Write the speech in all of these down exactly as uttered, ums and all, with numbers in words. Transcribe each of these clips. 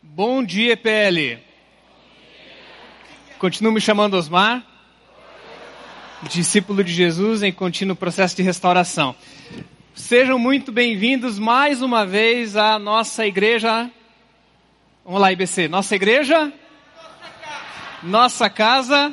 Bom dia, E P L. Continuo me chamando Osmar, discípulo de Jesus em contínuo processo de restauração. Sejam muito bem-vindos mais uma vez à nossa igreja. Vamos lá, I B C. Nossa igreja? Nossa casa?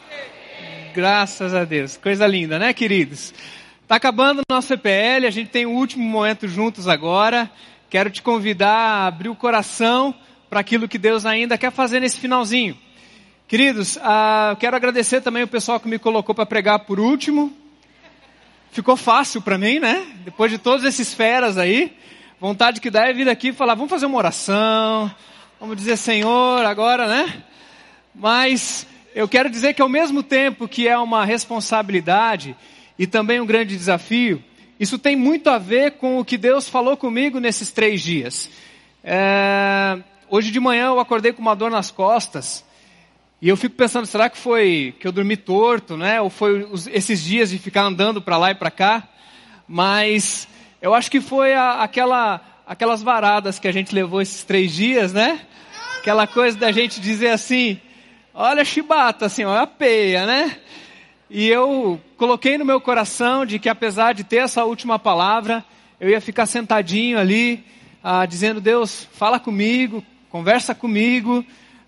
Graças a Deus. Coisa linda, né, queridos? Está acabando o nosso E P L, a gente tem o último momento juntos agora. Quero te convidar a abrir o coração para aquilo que Deus ainda quer fazer nesse finalzinho. Queridos, uh, quero agradecer também o pessoal que me colocou para pregar por último. Ficou fácil para mim, né? Depois de todos esses feras aí, vontade que dá é vir aqui e falar, vamos fazer uma oração, vamos dizer Senhor agora, né? Mas eu quero dizer que ao mesmo tempo que é uma responsabilidade e também um grande desafio, isso tem muito a ver com o que Deus falou comigo nesses três dias. É, hoje de manhã eu acordei com uma dor nas costas. E eu fico pensando, será que foi que eu dormi torto, né? Ou foi os, esses dias de ficar andando para lá e para cá? Mas eu acho que foi a, aquela, aquelas varadas que a gente levou esses três dias, né? Aquela coisa da gente dizer assim, olha a chibata, assim, olha a peia, né? E eu coloquei no meu coração de que apesar de ter essa última palavra, eu ia ficar sentadinho ali, ah, dizendo, Deus, fala comigo, conversa comigo.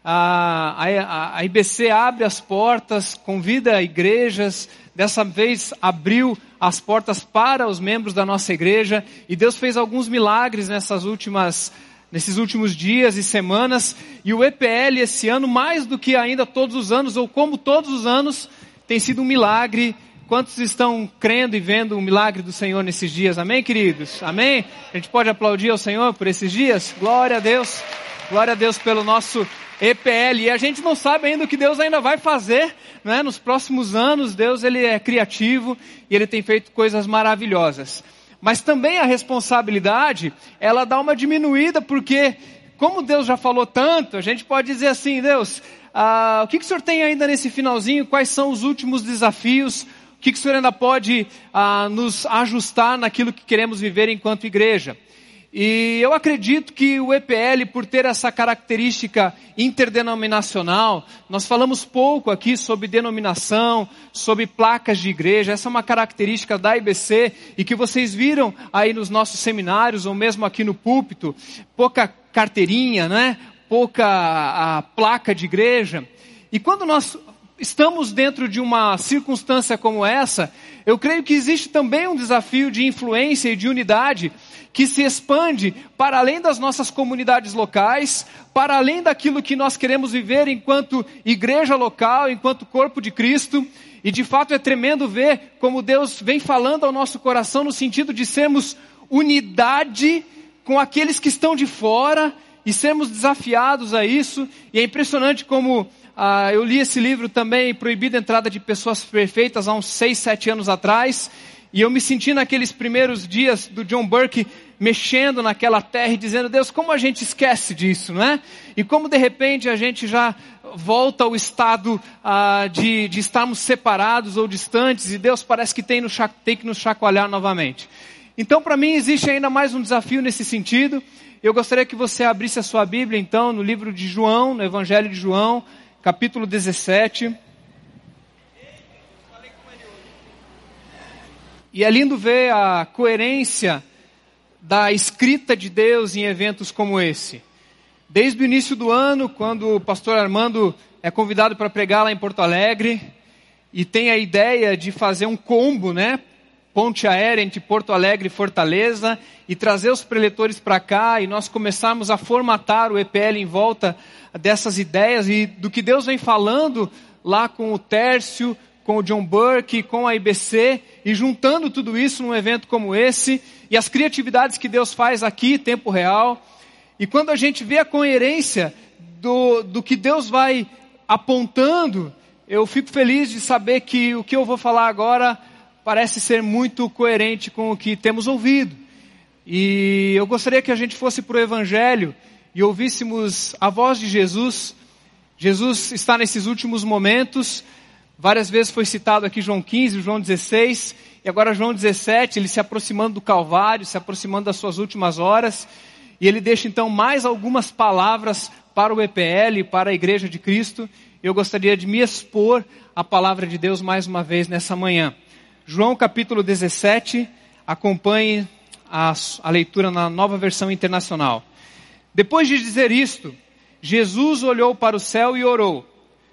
A, a, a I B C abre as portas, convida igrejas, dessa vez abriu as portas para os membros da nossa igreja, e Deus fez alguns milagres nessas últimas, nesses últimos dias e semanas, e o E P L esse ano, mais do que ainda todos os anos, ou como todos os anos, tem sido um milagre. Quantos estão crendo e vendo o milagre do Senhor nesses dias? Amém, queridos? Amém? A gente pode aplaudir ao Senhor por esses dias? Glória a Deus. Glória a Deus pelo nosso E P L, e a gente não sabe ainda o que Deus ainda vai fazer, né? Nos próximos anos. Deus, ele é criativo e ele tem feito coisas maravilhosas. Mas também a responsabilidade, ela dá uma diminuída, porque como Deus já falou tanto, a gente pode dizer assim, Deus, ah, o que, que o Senhor tem ainda nesse finalzinho? Quais são os últimos desafios? O que, que o Senhor ainda pode ah, nos ajustar naquilo que queremos viver enquanto igreja? E eu acredito que o E P L, por ter essa característica interdenominacional, nós falamos pouco aqui sobre denominação, sobre placas de igreja. Essa é uma característica da I B C e que vocês viram aí nos nossos seminários ou mesmo aqui no púlpito. Pouca carteirinha, né? Pouca a, placa de igreja. E quando nós estamos dentro de uma circunstância como essa, eu creio que existe também um desafio de influência e de unidade que se expande para além das nossas comunidades locais, para além daquilo que nós queremos viver enquanto igreja local, enquanto corpo de Cristo. E de fato é tremendo ver como Deus vem falando ao nosso coração no sentido de sermos unidade com aqueles que estão de fora e sermos desafiados a isso. E é impressionante como ah, eu li esse livro também, Proibida a Entrada de Pessoas Perfeitas, há uns seis, sete anos atrás. E eu me senti naqueles primeiros dias do John Burke mexendo naquela terra e dizendo, Deus, como a gente esquece disso, não é? E como de repente a gente já volta ao estado ah, de, de estarmos separados ou distantes, e Deus parece que tem, no, tem que nos chacoalhar novamente. Então, para mim, existe ainda mais um desafio nesse sentido. Eu gostaria que você abrisse a sua Bíblia, então, no livro de João, no Evangelho de João, capítulo dezessete. E é lindo ver a coerência da escrita de Deus em eventos como esse. Desde o início do ano, quando o pastor Armando é convidado para pregar lá em Porto Alegre, e tem a ideia de fazer um combo, né? Ponte aérea entre Porto Alegre e Fortaleza, e trazer os preletores para cá, e nós começarmos a formatar o E P L em volta dessas ideias, e do que Deus vem falando lá com o Tércio, com o John Burke, com a I B C, e juntando tudo isso num evento como esse, e as criatividades que Deus faz aqui, tempo real. E quando a gente vê a coerência do, do que Deus vai apontando, eu fico feliz de saber que o que eu vou falar agora parece ser muito coerente com o que temos ouvido. E eu gostaria que a gente fosse para o Evangelho e ouvíssemos a voz de Jesus. Jesus está nesses últimos momentos. Várias vezes foi citado aqui João quinze, João dezesseis, e agora João dezessete, ele se aproximando do Calvário, se aproximando das suas últimas horas. E ele deixa então mais algumas palavras para o E P L, para a Igreja de Cristo. Eu gostaria de me expor à palavra de Deus mais uma vez nessa manhã. João capítulo dezessete, acompanhe a, a leitura na Nova Versão Internacional. Depois de dizer isto, Jesus olhou para o céu e orou: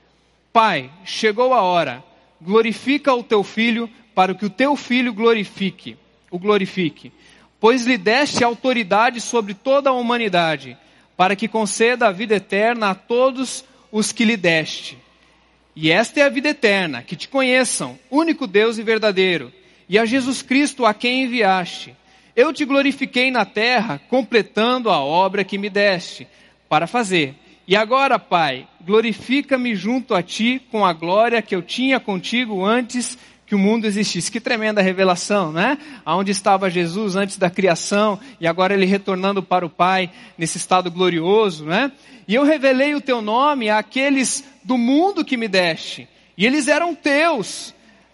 Pai, chegou a hora, glorifica o teu Filho, para que o teu Filho glorifique, o glorifique. Pois lhe deste autoridade sobre toda a humanidade, para que conceda a vida eterna a todos os que lhe deste. E esta é a vida eterna, que te conheçam, único Deus e verdadeiro, e a Jesus Cristo a quem enviaste. Eu te glorifiquei na terra, completando a obra que me deste para fazer. E agora, Pai, glorifica-me junto a ti com a glória que eu tinha contigo antes que o mundo existisse. Que tremenda revelação, né? Aonde estava Jesus antes da criação e agora ele retornando para o Pai nesse estado glorioso, né? E eu revelei o teu nome àqueles do mundo que me deste. E eles eram teus.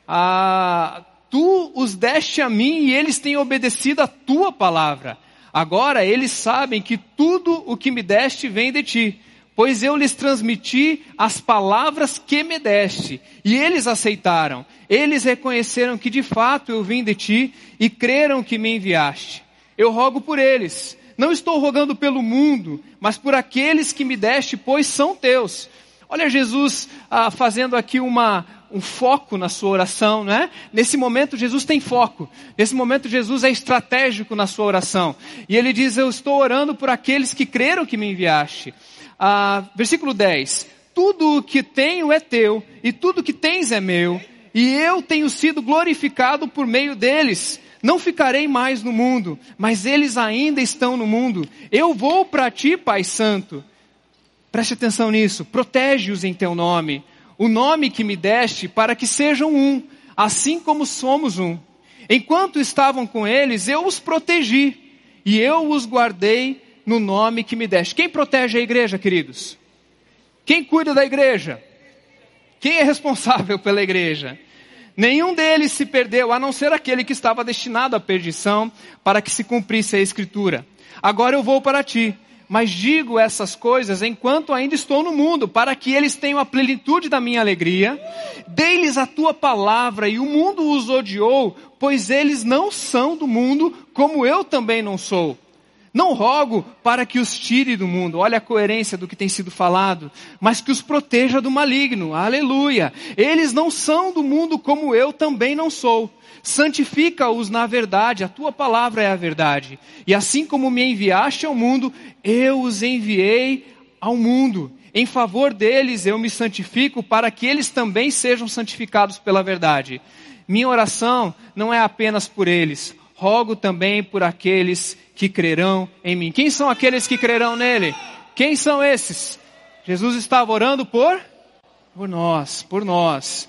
Ah, tu os deste a mim e eles têm obedecido a tua palavra. Agora eles sabem que tudo o que me deste vem de ti. Pois eu lhes transmiti as palavras que me deste, e eles aceitaram. Eles reconheceram que de fato eu vim de ti, e creram que me enviaste. Eu rogo por eles. Não estou rogando pelo mundo, mas por aqueles que me deste, pois são teus. Olha Jesus ah, fazendo aqui uma, um foco na sua oração, não é? Nesse momento Jesus tem foco. Nesse momento Jesus é estratégico na sua oração. E ele diz: eu estou orando por aqueles que creram que me enviaste. Ah, versículo dez, tudo o que tenho é teu, e tudo o que tens é meu, e eu tenho sido glorificado por meio deles. Não ficarei mais no mundo, mas eles ainda estão no mundo. Eu vou para ti, Pai Santo. Preste atenção nisso, protege-os em teu nome, o nome que me deste, para que sejam um, assim como somos um. Enquanto estavam com eles, eu os protegi, e eu os guardei no nome que me deste. Quem protege a igreja, queridos? Quem cuida da igreja? Quem é responsável pela igreja? Nenhum deles se perdeu, a não ser aquele que estava destinado à perdição, para que se cumprisse a Escritura. Agora eu vou para ti, mas digo essas coisas enquanto ainda estou no mundo, para que eles tenham a plenitude da minha alegria. Dei-lhes a tua palavra, e o mundo os odiou, pois eles não são do mundo, como eu também não sou. Não rogo para que os tire do mundo, olha a coerência do que tem sido falado, mas que os proteja do maligno, aleluia. Eles não são do mundo como eu também não sou. Santifica-os na verdade, a tua palavra é a verdade. E assim como me enviaste ao mundo, eu os enviei ao mundo. Em favor deles eu me santifico, para que eles também sejam santificados pela verdade. Minha oração não é apenas por eles, rogo também por aqueles que crerão em mim. Quem são aqueles que crerão nele? Quem são esses? Jesus estava orando por? Por nós, por nós.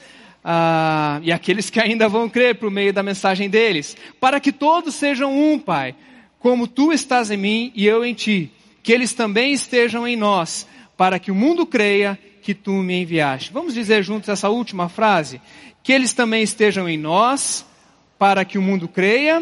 Ah, e aqueles que ainda vão crer por meio da mensagem deles. Para que todos sejam um, Pai. Como tu estás em mim e eu em ti. Que eles também estejam em nós. Para que o mundo creia que tu me enviaste. Vamos dizer juntos essa última frase? Que eles também estejam em nós. Para que o mundo creia.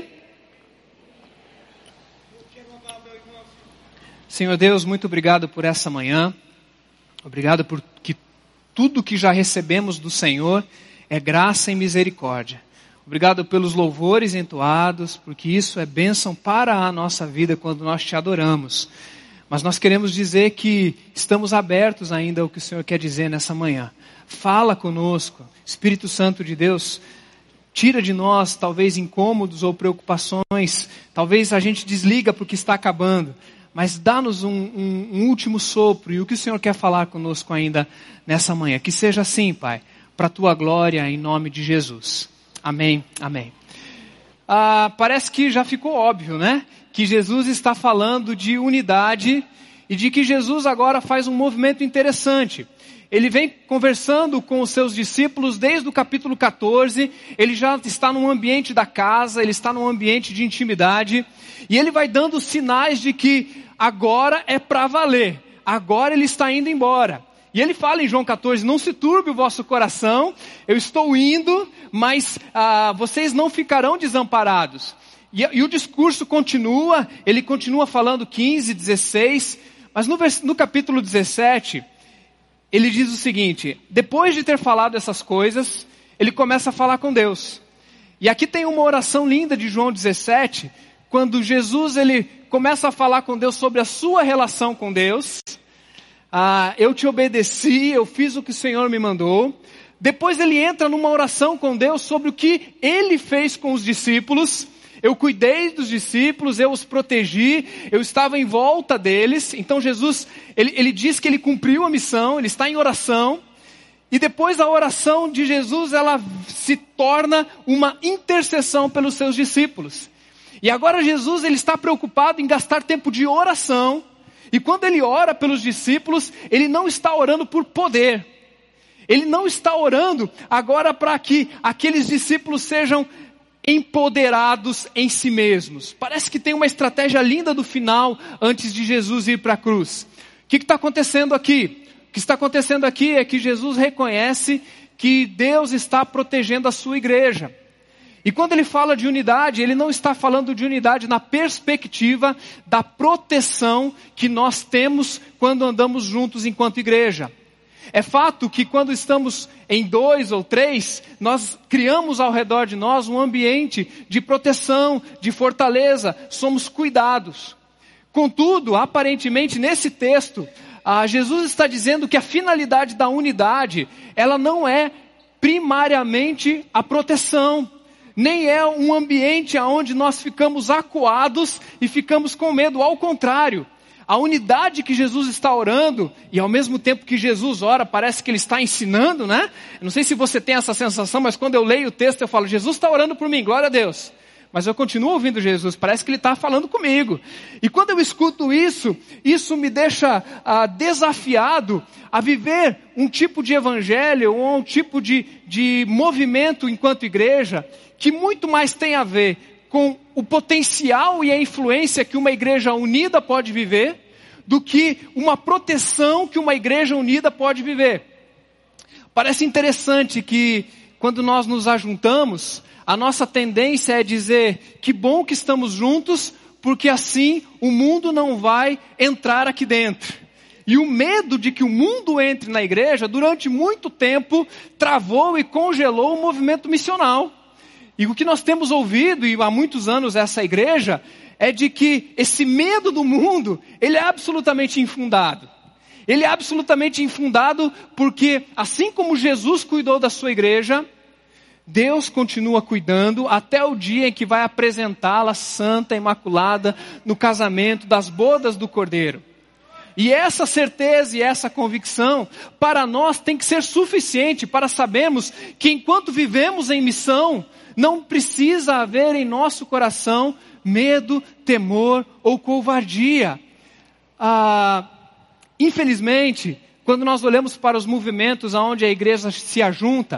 Senhor Deus, muito obrigado por essa manhã. Obrigado por que tudo que já recebemos do Senhor é graça e misericórdia. Obrigado pelos louvores entoados, porque isso é bênção para a nossa vida quando nós te adoramos. Mas nós queremos dizer que estamos abertos ainda ao que o Senhor quer dizer nessa manhã. Fala conosco, Espírito Santo de Deus. Tira de nós, talvez, incômodos ou preocupações. Talvez a gente desliga porque está acabando. Mas dá-nos um, um, um último sopro e o que o Senhor quer falar conosco ainda nessa manhã. Que seja assim, Pai, para a tua glória, em nome de Jesus. Amém, amém. Ah, parece que já ficou óbvio, né? Que Jesus está falando de unidade e de que Jesus agora faz um movimento interessante. Ele vem conversando com os seus discípulos desde o capítulo catorze, ele já está num ambiente da casa, ele está num ambiente de intimidade, e ele vai dando sinais de que agora é para valer, agora ele está indo embora. E ele fala em João catorze, não se turbe o vosso coração, eu estou indo, mas ah, vocês não ficarão desamparados. e, e o discurso continua, ele continua falando quinze, dezesseis, mas no, vers, no capítulo dezessete, ele diz o seguinte: depois de ter falado essas coisas, ele começa a falar com Deus. E aqui tem uma oração linda de João dezessete, quando Jesus ele começa a falar com Deus sobre a sua relação com Deus. Ah, eu te obedeci, eu fiz o que o Senhor me mandou. Depois ele entra numa oração com Deus sobre o que ele fez com os discípulos. Eu cuidei dos discípulos, eu os protegi, eu estava em volta deles. Então Jesus, ele, ele diz que ele cumpriu a missão, ele está em oração. E depois a oração de Jesus, ela se torna uma intercessão pelos seus discípulos. E agora Jesus, ele está preocupado em gastar tempo de oração. E quando ele ora pelos discípulos, ele não está orando por poder. Ele não está orando agora para que aqueles discípulos sejam empoderados em si mesmos. Parece que tem uma estratégia linda do final, antes de Jesus ir para a cruz. O que está acontecendo aqui? O que está acontecendo aqui é que Jesus reconhece que Deus está protegendo a sua igreja. E quando ele fala de unidade, ele não está falando de unidade na perspectiva da proteção que nós temos quando andamos juntos enquanto igreja. É fato que quando estamos em dois ou três, nós criamos ao redor de nós um ambiente de proteção, de fortaleza, somos cuidados. Contudo, aparentemente nesse texto, ah, Jesus está dizendo que a finalidade da unidade, ela não é primariamente a proteção, nem é um ambiente onde nós ficamos acuados e ficamos com medo, ao contrário. A unidade que Jesus está orando, e ao mesmo tempo que Jesus ora, parece que ele está ensinando, né? Não sei se você tem essa sensação, mas quando eu leio o texto eu falo, Jesus está orando por mim, glória a Deus. Mas eu continuo ouvindo Jesus, parece que ele está falando comigo. E quando eu escuto isso, isso me deixa ah, desafiado a viver um tipo de evangelho, ou um tipo de, de movimento enquanto igreja, que muito mais tem a ver com o potencial e a influência que uma igreja unida pode viver, do que uma proteção que uma igreja unida pode viver. Parece interessante que quando nós nos ajuntamos, a nossa tendência é dizer que bom que estamos juntos, porque assim o mundo não vai entrar aqui dentro. E o medo de que o mundo entre na igreja, durante muito tempo, travou e congelou o movimento missional. E o que nós temos ouvido, e há muitos anos essa igreja, é de que esse medo do mundo, ele é absolutamente infundado. Ele é absolutamente infundado porque, assim como Jesus cuidou da sua igreja, Deus continua cuidando até o dia em que vai apresentá-la santa, imaculada, no casamento das bodas do Cordeiro. E essa certeza e essa convicção, para nós, tem que ser suficiente para sabermos que enquanto vivemos em missão, não precisa haver em nosso coração medo, temor ou covardia. Ah, infelizmente, quando nós olhamos para os movimentos onde a igreja se ajunta,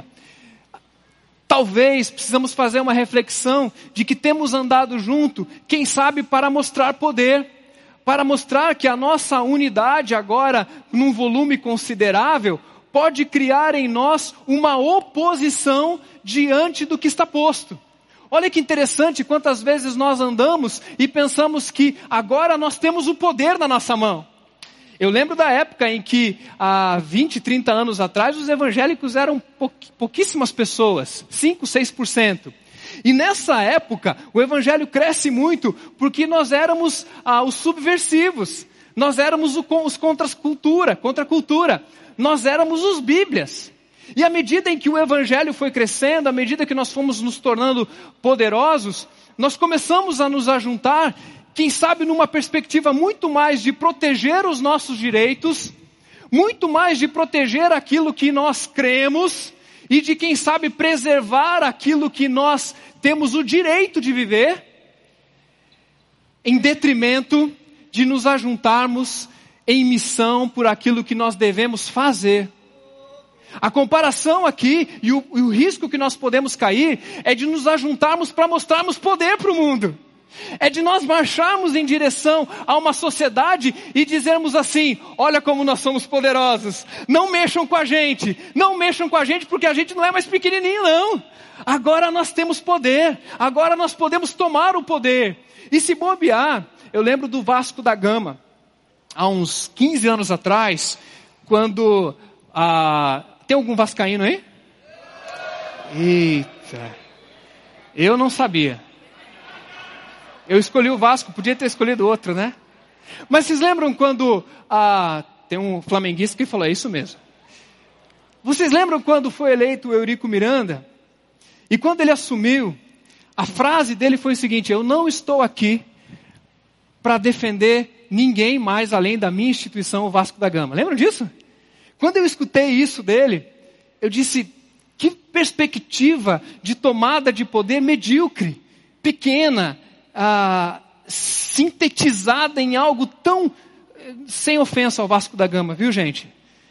talvez precisamos fazer uma reflexão de que temos andado junto, quem sabe para mostrar poder, para mostrar que a nossa unidade agora, num volume considerável, pode criar em nós uma oposição diante do que está posto. Olha que interessante quantas vezes nós andamos e pensamos que agora nós temos o poder na nossa mão. Eu lembro da época em que, há vinte, trinta anos atrás, os evangélicos eram pou, pouquíssimas pessoas, cinco, seis por cento. E nessa época, o evangelho cresce muito porque nós éramos ah, os subversivos. Nós éramos o, os contra a cultura, contra a cultura. Nós éramos os bíblias. E à medida em que o evangelho foi crescendo, à medida que nós fomos nos tornando poderosos, nós começamos a nos ajuntar, quem sabe numa perspectiva muito mais de proteger os nossos direitos, muito mais de proteger aquilo que nós cremos, e de quem sabe preservar aquilo que nós temos o direito de viver, em detrimento de nos ajuntarmos em missão por aquilo que nós devemos fazer. A comparação aqui e o, e o risco que nós podemos cair é de nos ajuntarmos para mostrarmos poder para o mundo. É de nós marcharmos em direção a uma sociedade e dizermos assim: olha como nós somos poderosos. Não mexam com a gente. Não mexam com a gente porque a gente não é mais pequenininho, não. Agora nós temos poder. Agora nós podemos tomar o poder. E se bobear, eu lembro do Vasco da Gama. Há uns quinze anos atrás, quando... Ah, tem algum vascaíno aí? Eita. Eu não sabia. Eu escolhi o Vasco, podia ter escolhido outro, né? Mas vocês lembram quando... Ah, tem um flamenguista que falou, é isso mesmo. Vocês lembram quando foi eleito o Eurico Miranda? E quando ele assumiu, a frase dele foi o seguinte: eu não estou aqui para defender ninguém mais além da minha instituição, o Vasco da Gama. Lembram disso? Quando eu escutei isso dele, eu disse, que perspectiva de tomada de poder medíocre, pequena, ah, sintetizada em algo tão, sem ofensa ao Vasco da Gama, viu gente?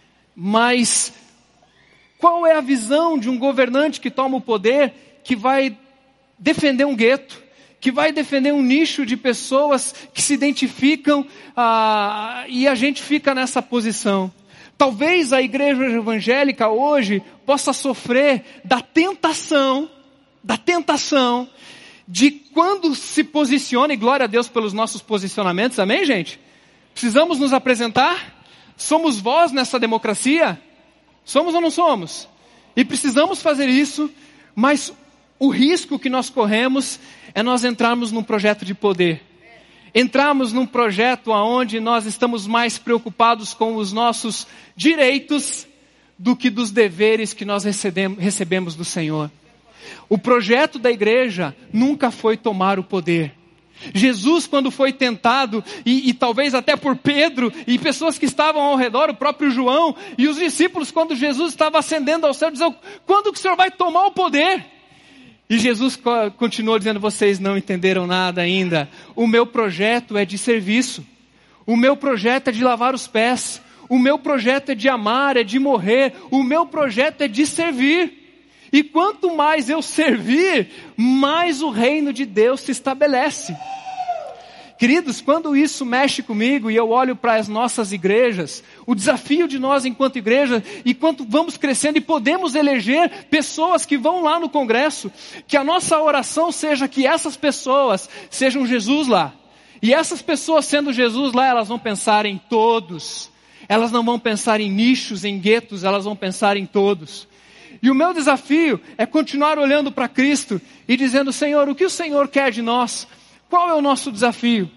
Mas qual é a visão de um governante que toma o poder, que vai defender um gueto, que vai defender um nicho de pessoas que se identificam, ah, e a gente fica nessa posição? Talvez a igreja evangélica hoje possa sofrer da tentação, da tentação, de quando se posiciona, e glória a Deus pelos nossos posicionamentos, amém gente? Precisamos nos apresentar? Somos voz nessa democracia? Somos ou não somos? E precisamos fazer isso, mas o risco que nós corremos é nós entrarmos num projeto de poder. Entrarmos num projeto onde nós estamos mais preocupados com os nossos direitos do que dos deveres que nós recebemos, recebemos do Senhor. O projeto da igreja nunca foi tomar o poder. Jesus, quando foi tentado, e, e talvez até por Pedro, e pessoas que estavam ao redor, o próprio João, e os discípulos, quando Jesus estava ascendendo ao céu, diziam, quando que o Senhor vai tomar o poder? E Jesus continuou dizendo, vocês não entenderam nada ainda. O meu projeto é de serviço. O meu projeto é de lavar os pés. O meu projeto é de amar, é de morrer. O meu projeto é de servir. E quanto mais eu servir, mais o reino de Deus se estabelece. Queridos, quando isso mexe comigo e eu olho para as nossas igrejas, o desafio de nós enquanto igreja, e quanto vamos crescendo e podemos eleger pessoas que vão lá no congresso, que a nossa oração seja que essas pessoas sejam Jesus lá. E essas pessoas sendo Jesus lá, elas vão pensar em todos. Elas não vão pensar em nichos, em guetos, elas vão pensar em todos. E o meu desafio é continuar olhando para Cristo e dizendo, Senhor, o que o Senhor quer de nós? Qual é o nosso desafio?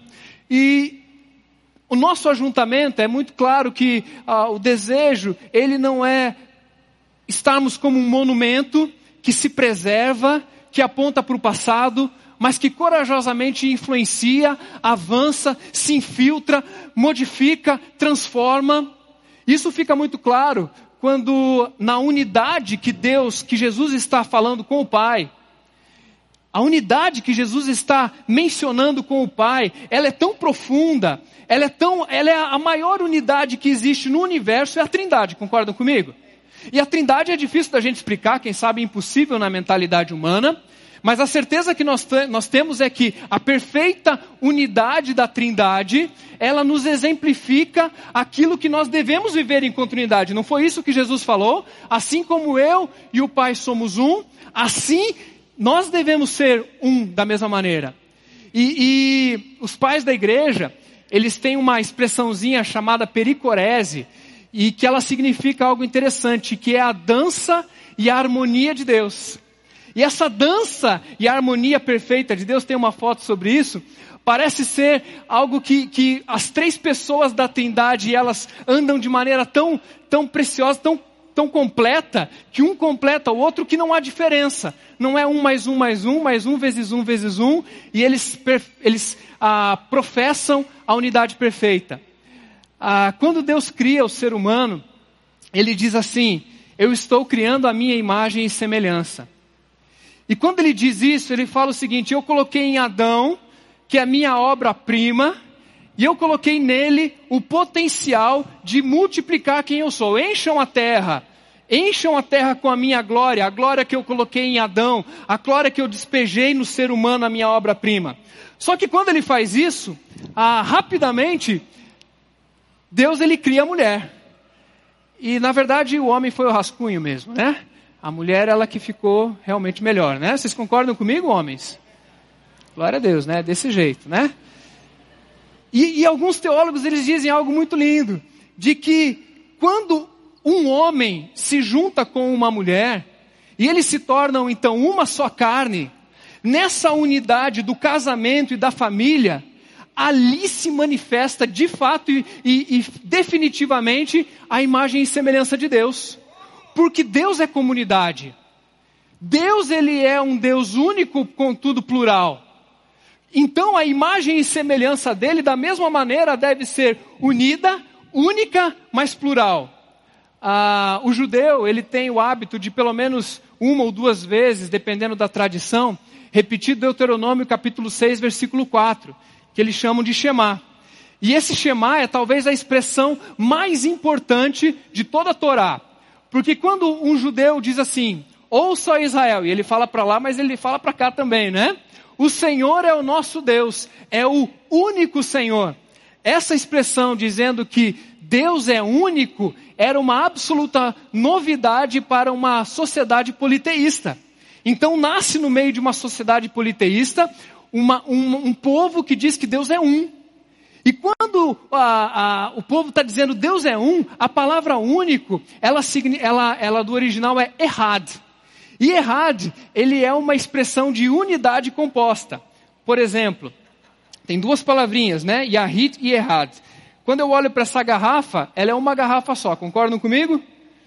E o nosso ajuntamento, é muito claro que ah, o desejo, ele não é estarmos como um monumento que se preserva, que aponta para o passado, mas que corajosamente influencia, avança, se infiltra, modifica, transforma. Isso fica muito claro quando na unidade que Deus, que Jesus está falando com o Pai, a unidade que Jesus está mencionando com o Pai, ela é tão profunda, ela é tão, ela é a maior unidade que existe no universo, é a Trindade, concordam comigo? E a Trindade é difícil da gente explicar, quem sabe impossível na mentalidade humana, mas a certeza que nós, nós temos é que a perfeita unidade da Trindade, ela nos exemplifica aquilo que nós devemos viver em continuidade. Não foi isso que Jesus falou? Assim como eu e o Pai somos um, assim nós devemos ser um da mesma maneira. E, e os pais da igreja, eles têm uma expressãozinha chamada pericorese, e que ela significa algo interessante, que é a dança e a harmonia de Deus. E essa dança e a harmonia perfeita de Deus, tem uma foto sobre isso, parece ser algo que, que as três pessoas da Trindade, elas andam de maneira tão, tão preciosa, tão, tão completa, que um completa o outro, que não há diferença. Não é um mais um mais um, mais um vezes um vezes um, e eles, eles ah, professam a unidade perfeita. Ah, quando Deus cria o ser humano, Ele diz assim, eu estou criando a minha imagem e semelhança. E quando Ele diz isso, Ele fala o seguinte, eu coloquei em Adão, que é a minha obra-prima, e eu coloquei nele o potencial de multiplicar quem eu sou. Encham a terra, encham a terra com a minha glória, a glória que eu coloquei em Adão, a glória que eu despejei no ser humano, a minha obra-prima. Só que quando ele faz isso, ah, rapidamente, Deus ele cria a mulher. E na verdade o homem foi o rascunho mesmo, né? A mulher ela que ficou realmente melhor, né? Vocês concordam comigo, homens? Glória a Deus, né? Desse jeito, né? E, e alguns teólogos eles dizem algo muito lindo, de que quando um homem se junta com uma mulher, e eles se tornam então uma só carne, nessa unidade do casamento e da família, ali se manifesta de fato e, e, e definitivamente a imagem e semelhança de Deus. Porque Deus é comunidade. Deus ele é um Deus único, contudo plural. Então a imagem e semelhança dele da mesma maneira deve ser unida, única, mas plural. Ah, o judeu ele tem o hábito de pelo menos uma ou duas vezes, dependendo da tradição, repetir Deuteronômio capítulo seis, versículo quatro, que eles chamam de Shema. E esse Shema é talvez a expressão mais importante de toda a Torá. Porque quando um judeu diz assim, ouça Israel, e ele fala para lá, mas ele fala para cá também, né? O Senhor é o nosso Deus, é o único Senhor. Essa expressão dizendo que Deus é único, era uma absoluta novidade para uma sociedade politeísta. Então nasce no meio de uma sociedade politeísta, uma, um, um povo que diz que Deus é um. E quando a, a, o povo está dizendo Deus é um, a palavra único, ela, ela, ela do original é errad. E errad, ele é uma expressão de unidade composta. Por exemplo, tem duas palavrinhas, né? Yahid e errad. Quando eu olho para essa garrafa, ela é uma garrafa só, concordam comigo?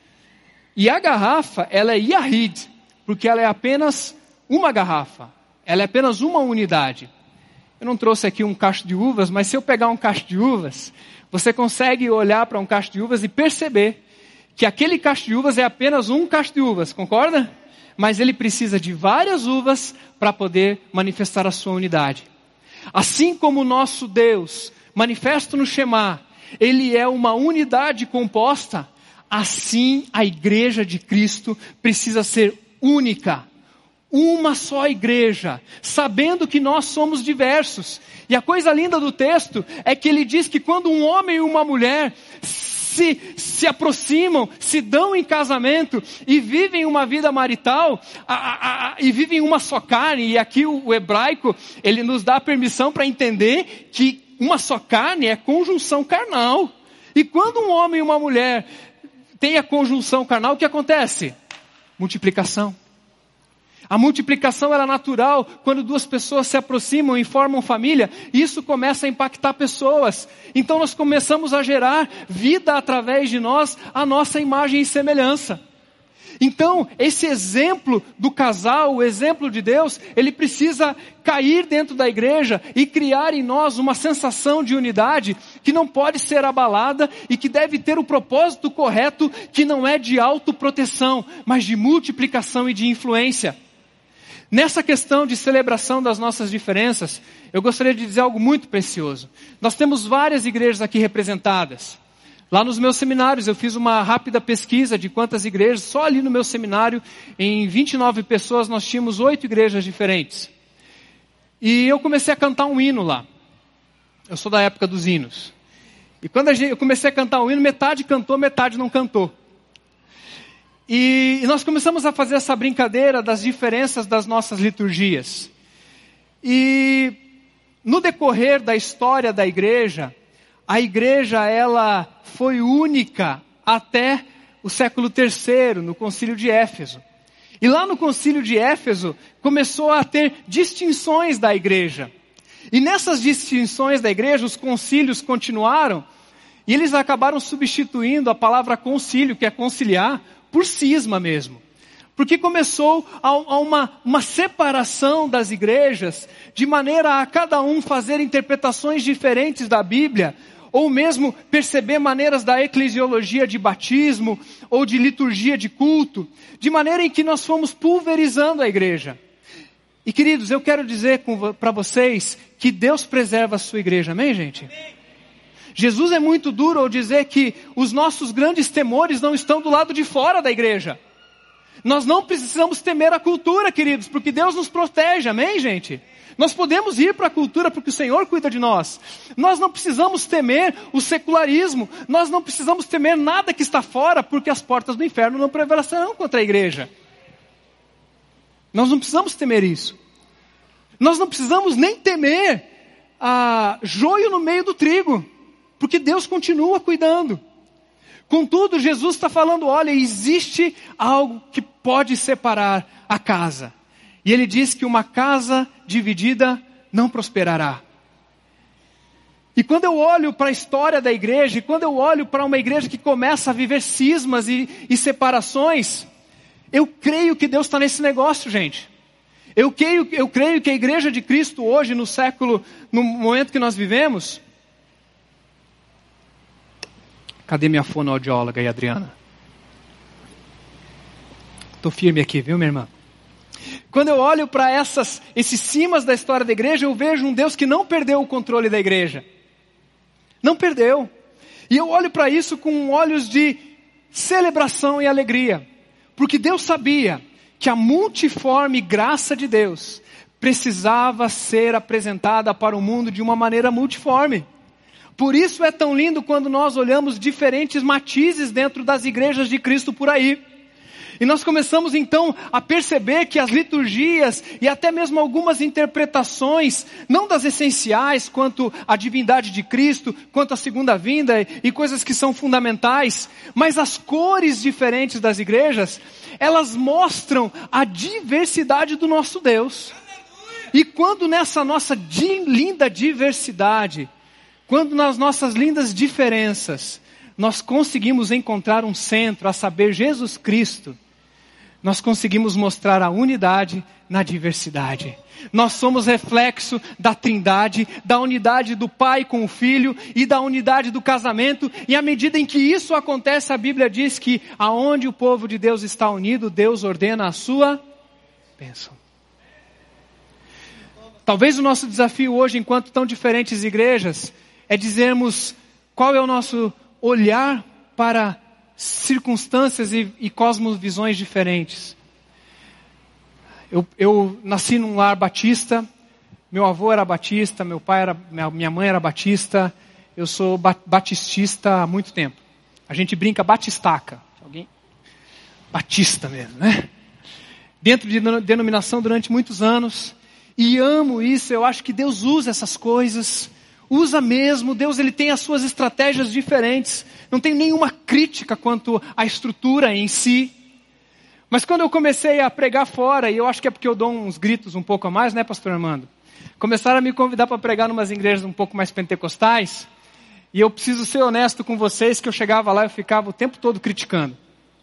E a garrafa, ela é Yahid, porque ela é apenas uma garrafa. Ela é apenas uma unidade. Eu não trouxe aqui um cacho de uvas, mas se eu pegar um cacho de uvas, você consegue olhar para um cacho de uvas e perceber que aquele cacho de uvas é apenas um cacho de uvas, concorda? Mas ele precisa de várias uvas para poder manifestar a sua unidade. Assim como o nosso Deus, manifesto no Shema, ele é uma unidade composta, assim a igreja de Cristo precisa ser única. Uma só igreja, sabendo que nós somos diversos. E a coisa linda do texto é que ele diz que quando um homem e uma mulher se, se aproximam, se dão em casamento e vivem uma vida marital, a, a, a, e vivem uma só carne, e aqui o, o hebraico, ele nos dá permissão para entender que uma só carne é conjunção carnal. E quando um homem e uma mulher têm a conjunção carnal, o que acontece? Multiplicação. A multiplicação ela é natural quando duas pessoas se aproximam e formam família. Isso começa a impactar pessoas. Então nós começamos a gerar vida através de nós, a nossa imagem e semelhança. Então esse exemplo do casal, o exemplo de Deus, ele precisa cair dentro da igreja e criar em nós uma sensação de unidade que não pode ser abalada e que deve ter o propósito correto, que não é de autoproteção, mas de multiplicação e de influência. Nessa questão de celebração das nossas diferenças, eu gostaria de dizer algo muito precioso. Nós temos várias igrejas aqui representadas. Lá nos meus seminários, eu fiz uma rápida pesquisa de quantas igrejas, só ali no meu seminário, em vinte e nove pessoas, nós tínhamos oito igrejas diferentes. E eu comecei a cantar um hino lá. Eu sou da época dos hinos. E quando a gente, eu comecei a cantar um hino, metade cantou, metade não cantou. E nós começamos a fazer essa brincadeira das diferenças das nossas liturgias. E no decorrer da história da igreja, a igreja ela foi única até o século terceiro, no concílio de Éfeso. E lá no concílio de Éfeso, começou a ter distinções da igreja. E nessas distinções da igreja, os concílios continuaram, e eles acabaram substituindo a palavra concílio, que é conciliar, por cisma mesmo. Porque começou a, a uma, uma separação das igrejas, de maneira a cada um fazer interpretações diferentes da Bíblia, ou mesmo perceber maneiras da eclesiologia de batismo, ou de liturgia de culto, de maneira em que nós fomos pulverizando a igreja. E queridos, eu quero dizer para vocês que Deus preserva a sua igreja, amém, gente? Amém. Jesus é muito duro ao dizer que os nossos grandes temores não estão do lado de fora da igreja. Nós não precisamos temer a cultura, queridos, porque Deus nos protege, amém, gente? Nós podemos ir para a cultura porque o Senhor cuida de nós. Nós não precisamos temer o secularismo. Nós não precisamos temer nada que está fora, porque as portas do inferno não prevalecerão contra a igreja. Nós não precisamos temer isso. Nós não precisamos nem temer a joio no meio do trigo, porque Deus continua cuidando. Contudo, Jesus está falando, olha, existe algo que pode separar a casa. E ele diz que uma casa dividida não prosperará. E quando eu olho para a história da igreja, e quando eu olho para uma igreja que começa a viver cismas e, e separações, eu creio que Deus está nesse negócio, gente. Eu creio, eu creio que a igreja de Cristo hoje, no século, no momento que nós vivemos... Cadê minha fonoaudióloga aí, Adriana? Estou firme aqui, viu, minha irmã? Quando eu olho para essas, esses cimas da história da igreja, eu vejo um Deus que não perdeu o controle da igreja. Não perdeu. E eu olho para isso com olhos de celebração e alegria. Porque Deus sabia que a multiforme graça de Deus precisava ser apresentada para o mundo de uma maneira multiforme. Por isso é tão lindo quando nós olhamos diferentes matizes dentro das igrejas de Cristo por aí. E nós começamos então a perceber que as liturgias e até mesmo algumas interpretações, não das essenciais quanto à divindade de Cristo, quanto à segunda vinda e coisas que são fundamentais, mas as cores diferentes das igrejas, elas mostram a diversidade do nosso Deus. E quando nessa nossa di- linda diversidade, quando nas nossas lindas diferenças, nós conseguimos encontrar um centro, a saber, Jesus Cristo, nós conseguimos mostrar a unidade na diversidade. Nós somos reflexo da trindade, da unidade do Pai com o Filho e da unidade do casamento. E à medida em que isso acontece, a Bíblia diz que aonde o povo de Deus está unido, Deus ordena a sua bênção. Talvez o nosso desafio hoje, enquanto tão diferentes igrejas, é dizermos qual é o nosso olhar para circunstâncias e, e cosmovisões diferentes. Eu, eu nasci num lar batista, meu avô era batista, meu pai era, minha, minha mãe era batista, eu sou ba- batistista há muito tempo. A gente brinca batistaca, alguém? Batista mesmo, né? Dentro de denominação durante muitos anos, e amo isso, eu acho que Deus usa essas coisas, usa mesmo, Deus ele tem as suas estratégias diferentes, não tem nenhuma crítica quanto à estrutura em si. Mas quando eu comecei a pregar fora, e eu acho que é porque eu dou uns gritos um pouco a mais, né, pastor Armando? Começaram a me convidar para pregar em umas igrejas um pouco mais pentecostais, e eu preciso ser honesto com vocês, que eu chegava lá e eu ficava o tempo todo criticando.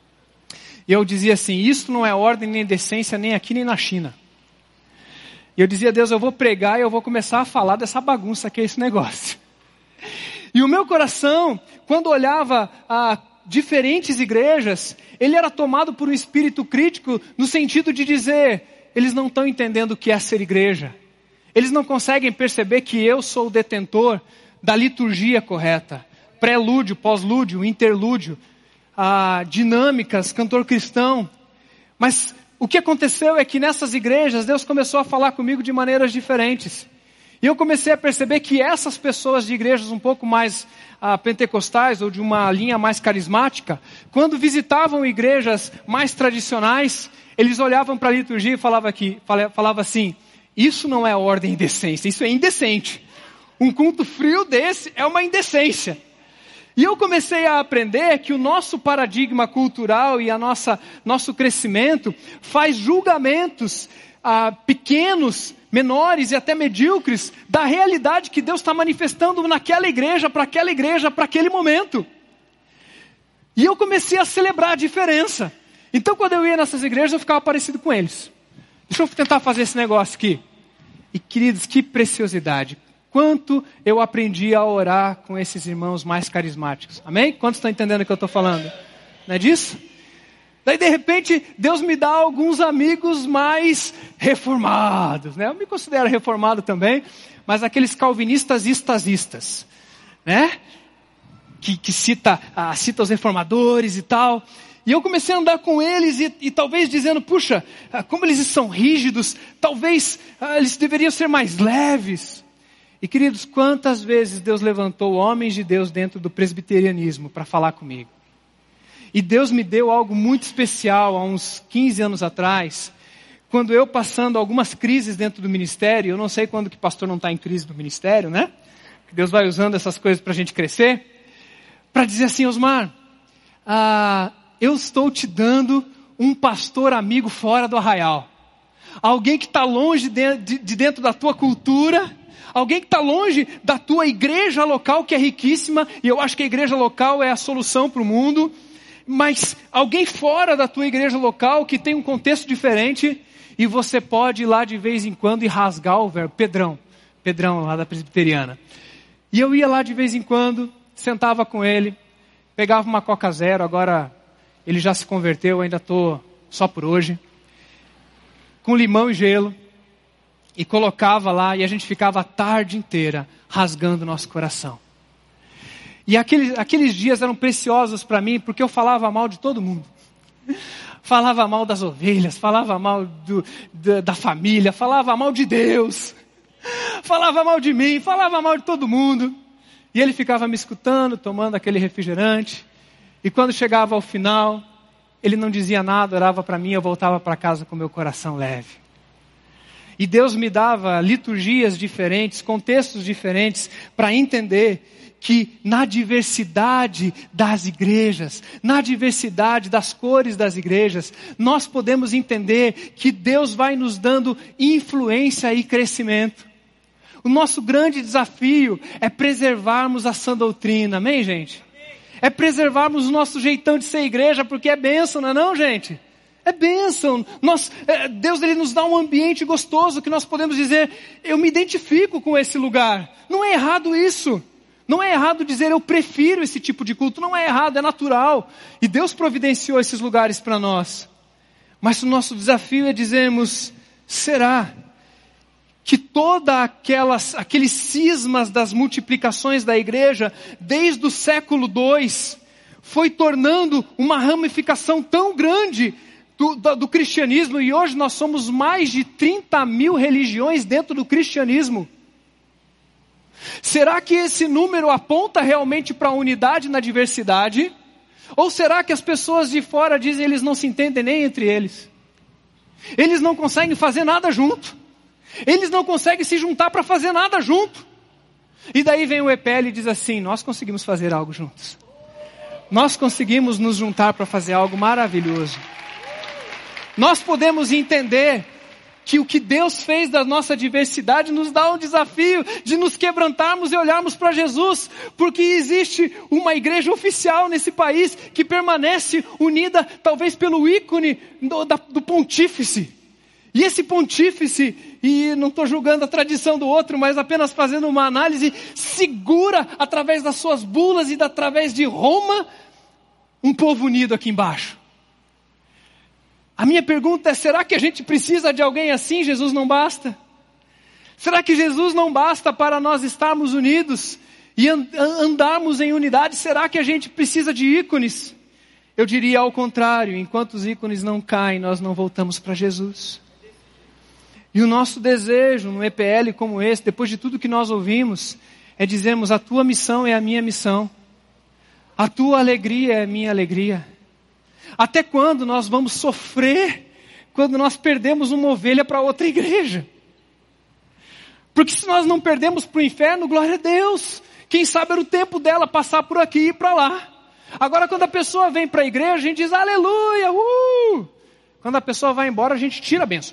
E eu dizia assim, isso não é ordem nem decência, nem aqui nem na China. E eu dizia, Deus, eu vou pregar e eu vou começar a falar dessa bagunça que é esse negócio. E o meu coração, quando olhava a diferentes igrejas, ele era tomado por um espírito crítico no sentido de dizer, eles não estão entendendo o que é ser igreja. Eles não conseguem perceber que eu sou o detentor da liturgia correta. Prelúdio, pós-lúdio, interlúdio, ah, dinâmicas, cantor cristão. Mas o que aconteceu é que nessas igrejas, Deus começou a falar comigo de maneiras diferentes. E eu comecei a perceber que essas pessoas de igrejas um pouco mais ah, pentecostais ou de uma linha mais carismática, quando visitavam igrejas mais tradicionais, eles olhavam para a liturgia e falavam, aqui, falavam assim, isso não é ordem e decência, isso é indecente. Um culto frio desse é uma indecência. E eu comecei a aprender que o nosso paradigma cultural e a nossa, nosso crescimento faz julgamentos ah, pequenos, menores e até medíocres da realidade que Deus está manifestando naquela igreja, para aquela igreja, para aquele momento. E eu comecei a celebrar a diferença. Então quando eu ia nessas igrejas eu ficava parecido com eles. Deixa eu tentar fazer esse negócio aqui. E queridos, que preciosidade. Quanto eu aprendi a orar com esses irmãos mais carismáticos. Amém? Quantos estão entendendo o que eu estou falando? Não é disso? Daí de repente Deus me dá alguns amigos mais reformados, né? Eu me considero reformado também, mas aqueles calvinistas estasistas, né? Que, que cita, ah, cita os reformadores e tal. E eu comecei a andar com eles e, e talvez dizendo, puxa, como eles são rígidos, talvez ah, eles deveriam ser mais leves. E queridos, quantas vezes Deus levantou homens de Deus dentro do presbiterianismo para falar comigo. E Deus me deu algo muito especial há uns quinze anos atrás, quando eu passando algumas crises dentro do ministério, eu não sei quando que pastor não está em crise no ministério, né? Deus vai usando essas coisas para a gente crescer, para dizer assim, Osmar, ah, eu estou te dando um pastor amigo fora do arraial. Alguém que está longe de, de, de dentro da tua cultura, alguém que está longe da tua igreja local, que é riquíssima, e eu acho que a igreja local é a solução para o mundo, mas alguém fora da tua igreja local, que tem um contexto diferente, e você pode ir lá de vez em quando e rasgar o verbo, Pedrão, Pedrão lá da presbiteriana. E eu ia lá de vez em quando, sentava com ele, pegava uma Coca Zero, agora ele já se converteu, ainda estou só por hoje, com limão e gelo, e colocava lá, e a gente ficava a tarde inteira rasgando nosso coração. E aqueles, aqueles dias eram preciosos para mim, porque eu falava mal de todo mundo. Falava mal das ovelhas, falava mal do, da, da família, falava mal de Deus, falava mal de mim, falava mal de todo mundo. E ele ficava me escutando, tomando aquele refrigerante. E quando chegava ao final, ele não dizia nada, orava para mim, eu voltava para casa com meu coração leve. E Deus me dava liturgias diferentes, contextos diferentes, para entender que na diversidade das igrejas, na diversidade das cores das igrejas, nós podemos entender que Deus vai nos dando influência e crescimento. O nosso grande desafio é preservarmos a sã doutrina, amém, gente? É preservarmos o nosso jeitão de ser igreja, porque é bênção, não é não, gente? É bênção. Nós, é, Deus ele nos dá um ambiente gostoso que nós podemos dizer, eu me identifico com esse lugar. Não é errado isso. Não é errado dizer eu prefiro esse tipo de culto. Não é errado, é natural. E Deus providenciou esses lugares para nós. Mas o nosso desafio é dizermos, será que toda aquelas, aqueles cismas das multiplicações da igreja, desde o século dois, foi tornando uma ramificação tão grande do, do, do cristianismo, e hoje nós somos mais de trinta mil religiões dentro do cristianismo. Será que esse número aponta realmente para a unidade na diversidade? Ou será que as pessoas de fora dizem que eles não se entendem nem entre eles? Eles não conseguem fazer nada junto. Eles não conseguem se juntar para fazer nada junto. E daí vem o E P L e diz assim, nós conseguimos fazer algo juntos. Nós conseguimos nos juntar para fazer algo maravilhoso. Nós podemos entender que o que Deus fez da nossa diversidade nos dá um desafio de nos quebrantarmos e olharmos para Jesus, porque existe uma igreja oficial nesse país que permanece unida talvez pelo ícone do, da, do pontífice. E esse pontífice, e não estou julgando a tradição do outro, mas apenas fazendo uma análise, segura através das suas bulas e da, através de Roma, um povo unido aqui embaixo. A minha pergunta é, será que a gente precisa de alguém assim? Jesus não basta? Será que Jesus não basta para nós estarmos unidos e andarmos em unidade? Será que a gente precisa de ícones? Eu diria ao contrário, enquanto os ícones não caem, nós não voltamos para Jesus. E o nosso desejo no E P L como esse, depois de tudo que nós ouvimos, é dizermos, a tua missão é a minha missão. A tua alegria é a minha alegria. Até quando nós vamos sofrer quando nós perdemos uma ovelha para outra igreja? Porque se nós não perdemos para o inferno, glória a Deus. Quem sabe era o tempo dela passar por aqui e ir para lá. Agora quando a pessoa vem para a igreja, a gente diz aleluia, uh! Quando a pessoa vai embora, a gente tira a bênção.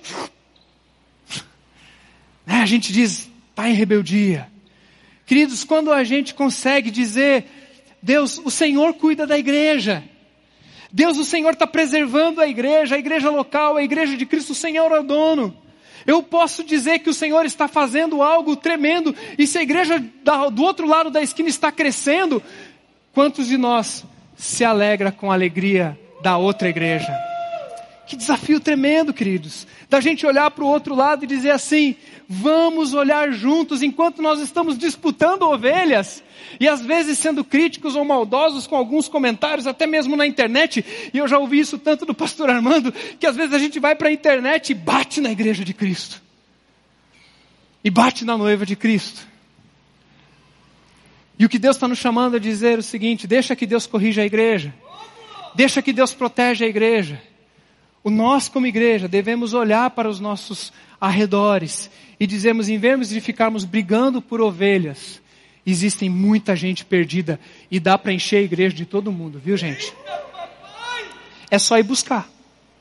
A gente diz, está em rebeldia. Queridos, quando a gente consegue dizer, Deus, o Senhor cuida da igreja. Deus, o Senhor está preservando a igreja, a igreja local, a igreja de Cristo, o Senhor é o dono. Eu posso dizer que o Senhor está fazendo algo tremendo, e se a igreja do outro lado da esquina está crescendo, quantos de nós se alegra com a alegria da outra igreja? Que desafio tremendo, queridos. Da gente olhar para o outro lado e dizer assim, vamos olhar juntos enquanto nós estamos disputando ovelhas. E às vezes sendo críticos ou maldosos com alguns comentários, até mesmo na internet. E eu já ouvi isso tanto do pastor Armando, que às vezes a gente vai para a internet e bate na igreja de Cristo. E bate na noiva de Cristo. E o que Deus está nos chamando a dizer é o seguinte, deixa que Deus corrija a igreja. Deixa que Deus proteja a igreja. O nós como igreja devemos olhar para os nossos arredores e dizermos, em vez de ficarmos brigando por ovelhas, existem muita gente perdida e dá para encher a igreja de todo mundo, viu gente? É só ir buscar.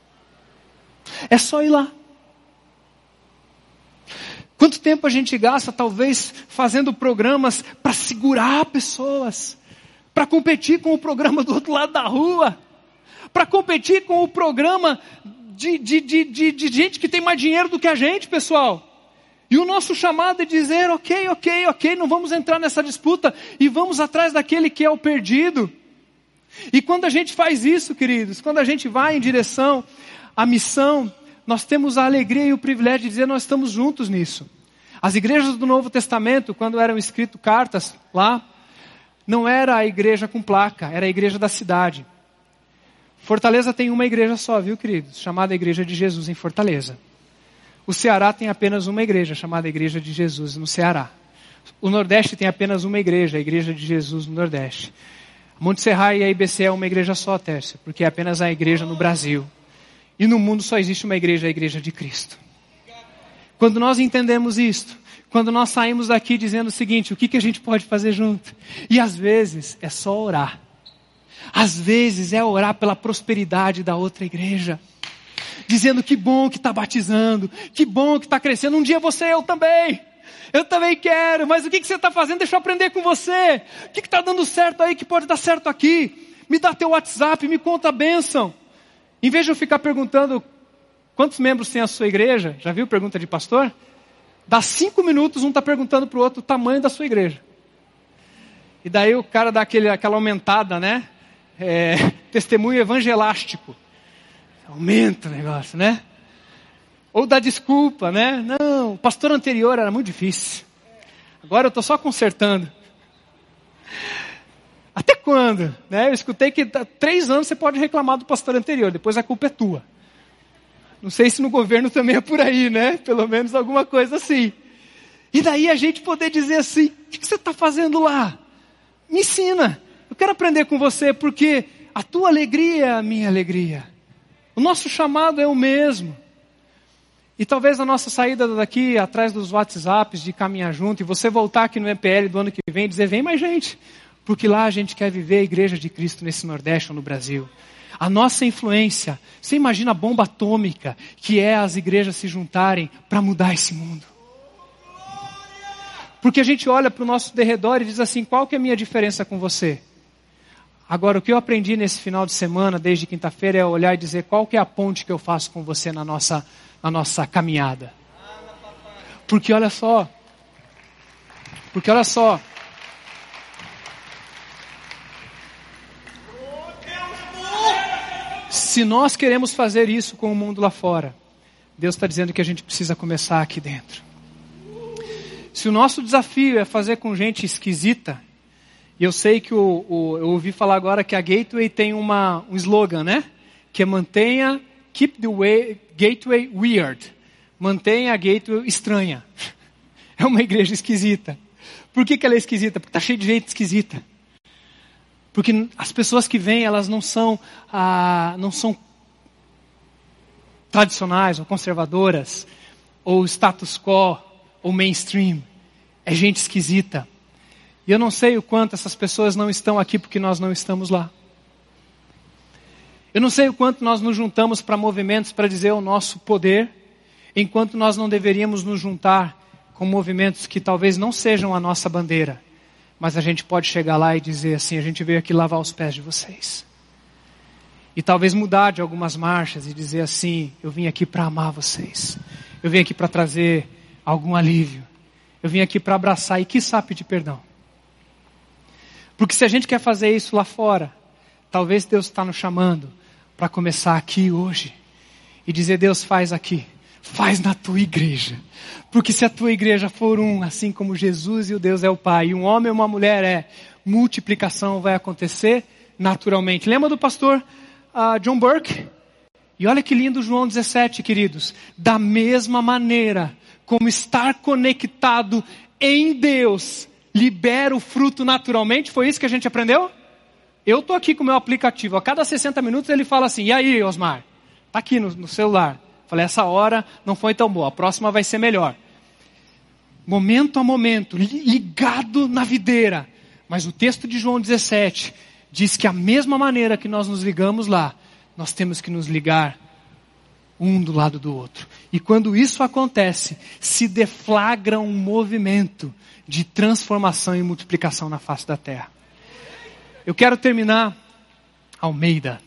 É só ir lá. Quanto tempo a gente gasta, talvez, fazendo programas para segurar pessoas, para competir com o programa do outro lado da rua, para competir com o programa de, de, de, de, de gente que tem mais dinheiro do que a gente, pessoal. E o nosso chamado é dizer, ok, ok, ok, não vamos entrar nessa disputa e vamos atrás daquele que é o perdido. E quando a gente faz isso, queridos, quando a gente vai em direção à missão, nós temos a alegria e o privilégio de dizer, nós estamos juntos nisso. As igrejas do Novo Testamento, quando eram escritas cartas lá, não era a igreja com placa, era a igreja da cidade. Fortaleza tem uma igreja só, viu, queridos? Chamada Igreja de Jesus em Fortaleza. O Ceará tem apenas uma igreja, chamada Igreja de Jesus no Ceará. O Nordeste tem apenas uma igreja, a Igreja de Jesus no Nordeste. Monte Serra e a I B C é uma igreja só, Tércia, porque é apenas a igreja no Brasil. E no mundo só existe uma igreja, a Igreja de Cristo. Quando nós entendemos isto, quando nós saímos daqui dizendo o seguinte, o que, que a gente pode fazer junto? E às vezes é só orar. Às vezes é orar pela prosperidade da outra igreja. Dizendo que bom que está batizando, que bom que está crescendo. Um dia você, eu também. Eu também quero, mas o que, que você está fazendo? Deixa eu aprender com você. O que está dando certo aí que pode dar certo aqui? Me dá teu WhatsApp, me conta a bênção. Em vez de eu ficar perguntando quantos membros tem a sua igreja, já viu pergunta de pastor? Dá cinco minutos, um está perguntando para o outro o tamanho da sua igreja. E daí o cara dá aquele, aquela aumentada, né? É, testemunho evangelástico. Aumenta o negócio, né? Ou dá desculpa, né? Não, o pastor anterior era muito difícil. Agora eu estou só consertando. Até quando? Né? Eu escutei que há três anos você pode reclamar do pastor anterior, depois a culpa é tua. Não sei se no governo também é por aí, né? Pelo menos alguma coisa assim. E daí a gente poder dizer assim, o que você está fazendo lá? Me ensina. Eu quero aprender com você, porque a tua alegria é a minha alegria. O nosso chamado é o mesmo. E talvez a nossa saída daqui, atrás dos WhatsApps, de caminhar junto, e você voltar aqui no E P L do ano que vem e dizer, vem mais gente. Porque lá a gente quer viver a igreja de Cristo nesse Nordeste ou no Brasil. A nossa influência, você imagina a bomba atômica que é as igrejas se juntarem para mudar esse mundo. Porque a gente olha para o nosso derredor e diz assim, qual que é a minha diferença com você? Agora, o que eu aprendi nesse final de semana, desde quinta-feira, é olhar e dizer qual que é a ponte que eu faço com você na nossa, na nossa caminhada. Porque olha só, porque olha só, se nós queremos fazer isso com o mundo lá fora, Deus está dizendo que a gente precisa começar aqui dentro. Se o nosso desafio é fazer com gente esquisita, e eu sei que o, o, eu ouvi falar agora que a Gateway tem uma, um slogan, né? Que é mantenha, keep the way, Gateway weird. Mantenha a Gateway estranha. É uma igreja esquisita. Por que, que ela é esquisita? Porque está cheia de gente esquisita. Porque as pessoas que vêm, elas não são, ah, não são tradicionais ou conservadoras, ou status quo, ou mainstream. É gente esquisita. E eu não sei o quanto essas pessoas não estão aqui porque nós não estamos lá. Eu não sei o quanto nós nos juntamos para movimentos para dizer o nosso poder, enquanto nós não deveríamos nos juntar com movimentos que talvez não sejam a nossa bandeira. Mas a gente pode chegar lá e dizer assim, a gente veio aqui lavar os pés de vocês. E talvez mudar de algumas marchas e dizer assim, eu vim aqui para amar vocês. Eu vim aqui para trazer algum alívio. Eu vim aqui para abraçar e quiçá pedir perdão. Porque se a gente quer fazer isso lá fora, talvez Deus está nos chamando para começar aqui hoje. e dizer: Deus, faz aqui, faz na tua igreja. Porque se a tua igreja for um, assim como Jesus e o Deus é o Pai, e um homem e uma mulher é, multiplicação vai acontecer naturalmente. Lembra do pastor uh, John Burke? E olha que lindo João dezessete, queridos. Da mesma maneira como estar conectado em Deus libera o fruto naturalmente, foi isso que a gente aprendeu? Eu estou aqui com o meu aplicativo, a cada sessenta minutos ele fala assim: e aí, Osmar? Está aqui no, no celular. Falei, essa hora não foi tão boa, a próxima vai ser melhor. Momento a momento, ligado na videira. Mas o texto de João dezessete diz que a mesma maneira que nós nos ligamos lá, nós temos que nos ligar um do lado do outro. E quando isso acontece, se deflagra um movimento de transformação e multiplicação na face da terra. Eu quero terminar, Almeida,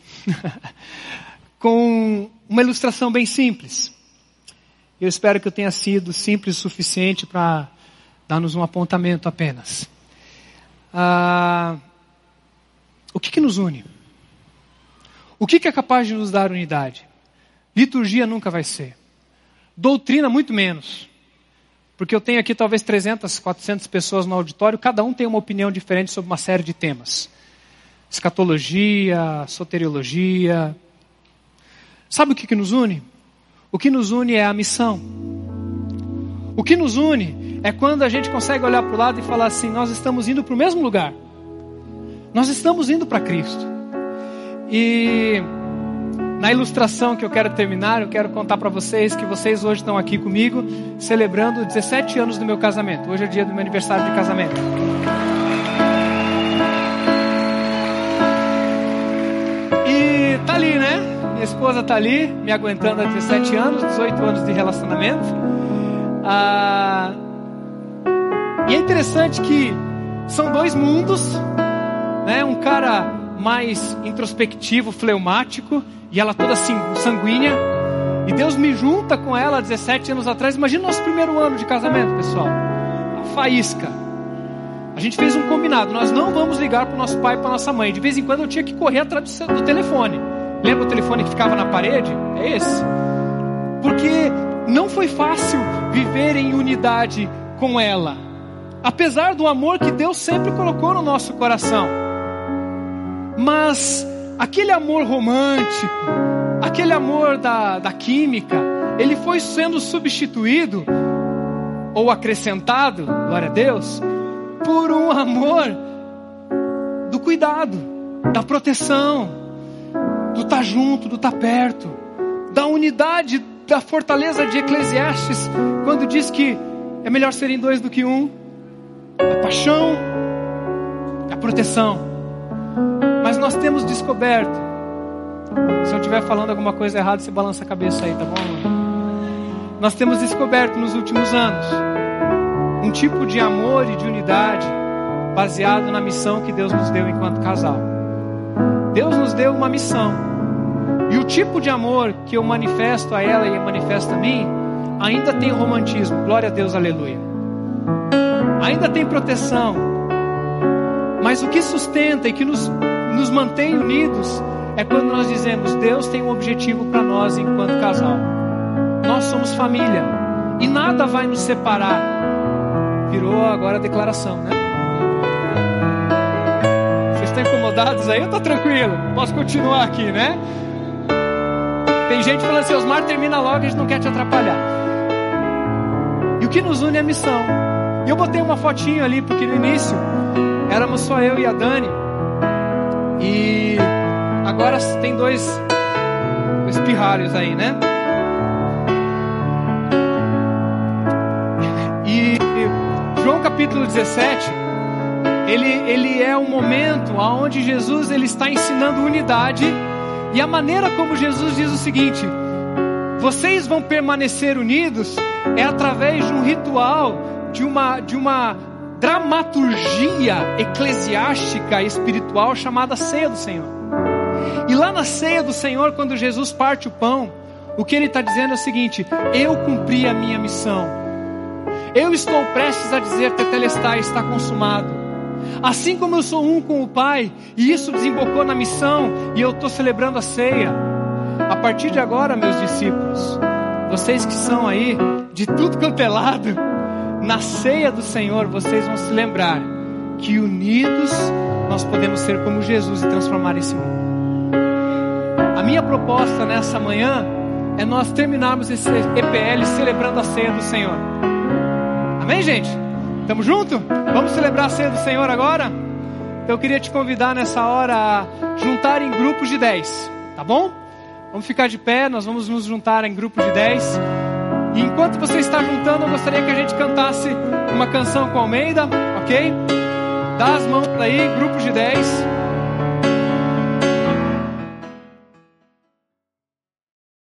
com uma ilustração bem simples. Eu espero que eu tenha sido simples o suficiente para dar-nos um apontamento apenas. Ah, o que, que nos une? O que, que é capaz de nos dar unidade? Liturgia nunca vai ser. Doutrina muito menos. Porque eu tenho aqui talvez trezentas, quatrocentas pessoas no auditório, cada um tem uma opinião diferente sobre uma série de temas. Escatologia, soteriologia. Sabe o que, que nos une? O que nos une é a missão. O que nos une é quando a gente consegue olhar para o lado e falar assim: nós estamos indo para o mesmo lugar. Nós estamos indo para Cristo. E na ilustração que eu quero terminar, eu quero contar para vocês que vocês hoje estão aqui comigo celebrando dezessete anos do meu casamento. Hoje é dia do meu aniversário de casamento. E tá ali, né? Minha esposa tá ali, me aguentando há dezessete anos, dezoito anos de relacionamento. Ah, e é interessante que são dois mundos, né? Um cara mais introspectivo, fleumático, e ela toda assim, sanguínea. E Deus me junta com ela há dezessete anos atrás. Imagina o nosso primeiro ano de casamento, pessoal. A faísca. A gente fez um combinado. Nós não vamos ligar para o nosso pai e para a nossa mãe. De vez em quando eu tinha que correr atrás do telefone. Lembra o telefone que ficava na parede? É esse. Porque não foi fácil viver em unidade com ela. Apesar do amor que Deus sempre colocou no nosso coração. Mas aquele amor romântico, aquele amor da, da química, ele foi sendo substituído ou acrescentado, glória a Deus, por um amor do cuidado, da proteção, do estar junto, do estar perto, da unidade, da fortaleza de Eclesiastes, quando diz que é melhor serem dois do que um, a paixão, a proteção. Mas nós temos descoberto, se eu estiver falando alguma coisa errada, você balança a cabeça aí, tá bom? Nós temos descoberto nos últimos anos um tipo de amor e de unidade baseado na missão que Deus nos deu enquanto casal. Deus nos deu uma missão. E o tipo de amor que eu manifesto a ela e eu manifesto a mim, ainda tem romantismo, glória a Deus, aleluia. Ainda tem proteção. Mas o que sustenta e que nos, nos mantém unidos é quando nós dizemos: Deus tem um objetivo para nós enquanto casal. Nós somos família e nada vai nos separar. Virou agora a declaração, né? Vocês estão incomodados aí? Eu estou tranquilo, posso continuar aqui, né? Tem gente falando assim: Osmar, termina logo, a gente não quer te atrapalhar. E o que nos une é a missão. E eu botei uma fotinho ali, porque no início éramos só eu e a Dani. E agora tem dois, dois pirralhos aí, né? E João capítulo dezessete, ele, ele é um momento onde Jesus ele está ensinando unidade. E a maneira como Jesus diz o seguinte: vocês vão permanecer unidos é através de um ritual, de uma, de uma dramaturgia eclesiástica espiritual chamada ceia do Senhor. E lá na ceia do Senhor, quando Jesus parte o pão, o que ele está dizendo é o seguinte: eu cumpri a minha missão. Eu estou prestes a dizer tetelestai, está consumado. Assim como eu sou um com o Pai, e isso desembocou na missão, e eu estou celebrando a ceia. A partir de agora, meus discípulos, vocês que são aí de tudo quanto é lado, na ceia do Senhor, vocês vão se lembrar que unidos nós podemos ser como Jesus e transformar esse mundo. A minha proposta nessa manhã é nós terminarmos esse E P L celebrando a ceia do Senhor. Amém, gente? Tamo junto? Vamos celebrar a ceia do Senhor agora? Então eu queria te convidar nessa hora a juntar em grupos de dez, tá bom? Vamos ficar de pé, nós vamos nos juntar em grupos de dez. E enquanto você está juntando, eu gostaria que a gente cantasse uma canção com Almeida, ok? Dá as mãos aí, grupos de dez.